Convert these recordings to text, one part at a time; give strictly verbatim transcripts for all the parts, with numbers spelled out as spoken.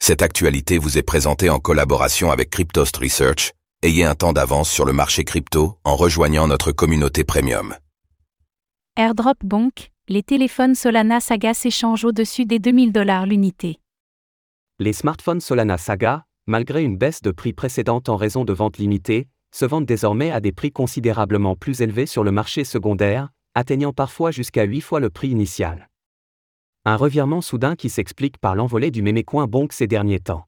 Cette actualité vous est présentée en collaboration avec Cryptost Research. Ayez un temps d'avance sur le marché crypto en rejoignant notre communauté premium. Airdrop Bonk, les téléphones Solana Saga s'échangent au-dessus des deux mille dollars l'unité. Les smartphones Solana Saga, malgré une baisse de prix précédente en raison de ventes limitées, se vendent désormais à des prix considérablement plus élevés sur le marché secondaire, atteignant parfois jusqu'à huit fois le prix initial. Un revirement soudain qui s'explique par l'envolée du mémécoin Bonk ces derniers temps.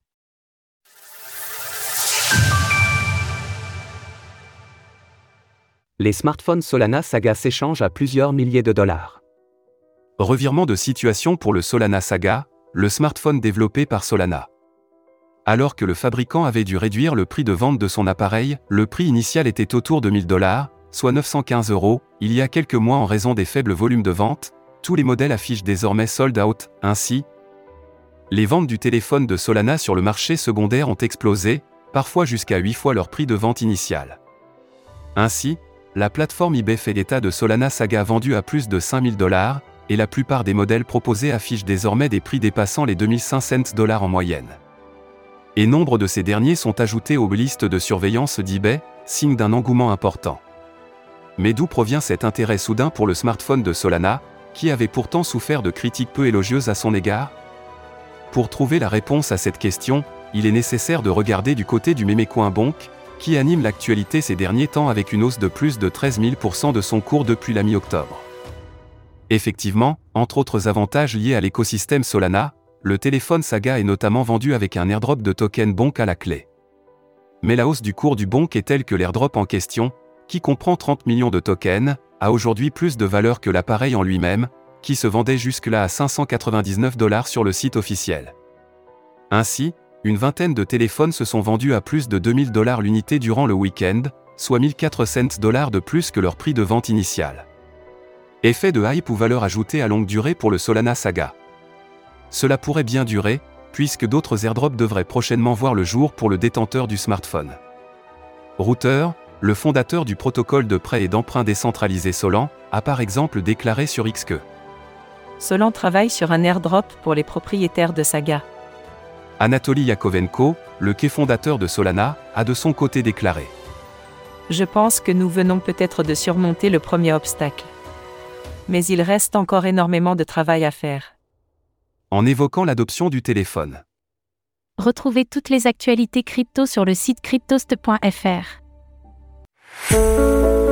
Les smartphones Solana Saga s'échangent à plusieurs milliers de dollars. Revirement de situation pour le Solana Saga, le smartphone développé par Solana. Alors que le fabricant avait dû réduire le prix de vente de son appareil, le prix initial était autour de mille dollars, soit neuf cent quinze euros, il y a quelques mois en raison des faibles volumes de vente. Tous les modèles affichent désormais sold out. Ainsi, les ventes du téléphone de Solana sur le marché secondaire ont explosé, parfois jusqu'à huit fois leur prix de vente initial. Ainsi, la plateforme eBay fait l'état de Solana Saga vendu à plus de cinq mille dollars, et la plupart des modèles proposés affichent désormais des prix dépassant les deux mille cinq cents dollars en moyenne. Et nombre de ces derniers sont ajoutés aux listes de surveillance d'eBay, signe d'un engouement important. Mais d'où provient cet intérêt soudain pour le smartphone de Solana, qui avait pourtant souffert de critiques peu élogieuses à son égard? Pour trouver la réponse à cette question, il est nécessaire de regarder du côté du mémécoin Bonk, qui anime l'actualité ces derniers temps avec une hausse de plus de treize mille pour cent de son cours depuis la mi-octobre. Effectivement, entre autres avantages liés à l'écosystème Solana, le téléphone Saga est notamment vendu avec un airdrop de token Bonk à la clé. Mais la hausse du cours du Bonk est telle que l'airdrop en question, qui comprend trente millions de tokens, a aujourd'hui plus de valeur que l'appareil en lui-même, qui se vendait jusque-là à cinq cent quatre-vingt-dix-neuf dollars sur le site officiel. Ainsi, une vingtaine de téléphones se sont vendus à plus de deux mille dollars l'unité durant le week-end, soit mille quatre cents dollars de plus que leur prix de vente initial. Effet de hype ou valeur ajoutée à longue durée pour le Solana Saga. Cela pourrait bien durer, puisque d'autres airdrops devraient prochainement voir le jour pour le détenteur du smartphone. Router, le fondateur du protocole de prêt et d'emprunt décentralisé Solan, a par exemple déclaré sur X que Solan travaille sur un airdrop pour les propriétaires de Saga. Anatoly Yakovenko, le cofondateur de Solana, a de son côté déclaré Je pense que nous venons peut-être de surmonter le premier obstacle. Mais il reste encore énormément de travail à faire. En évoquant l'adoption du téléphone. Retrouvez toutes les actualités crypto sur le site cryptost point f r.